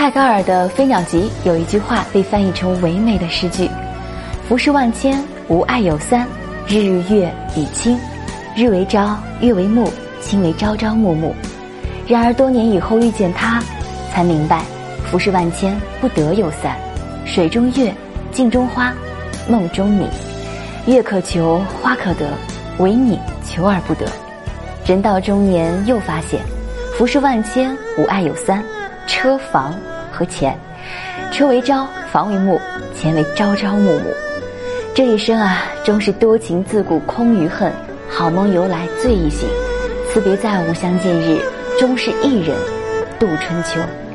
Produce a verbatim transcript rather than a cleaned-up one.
泰戈尔的《飞鸟集》有一句话被翻译成唯美的诗句：浮世万千，吾爱有三，日日月与卿。日为朝，月为暮，卿为朝朝暮暮。然而多年以后遇见他，才明白浮世万千不得有三，水中月，镜中花，梦中你。月可求，花可得，唯你求而不得。人到中年又发现，浮世万千，吾爱有三：车房和钱。车为朝，房为暮，钱为朝朝暮暮。这一生啊，终是多情自古空余恨，好梦由来醉一醒。辞别再无相见日，终是一人度春秋。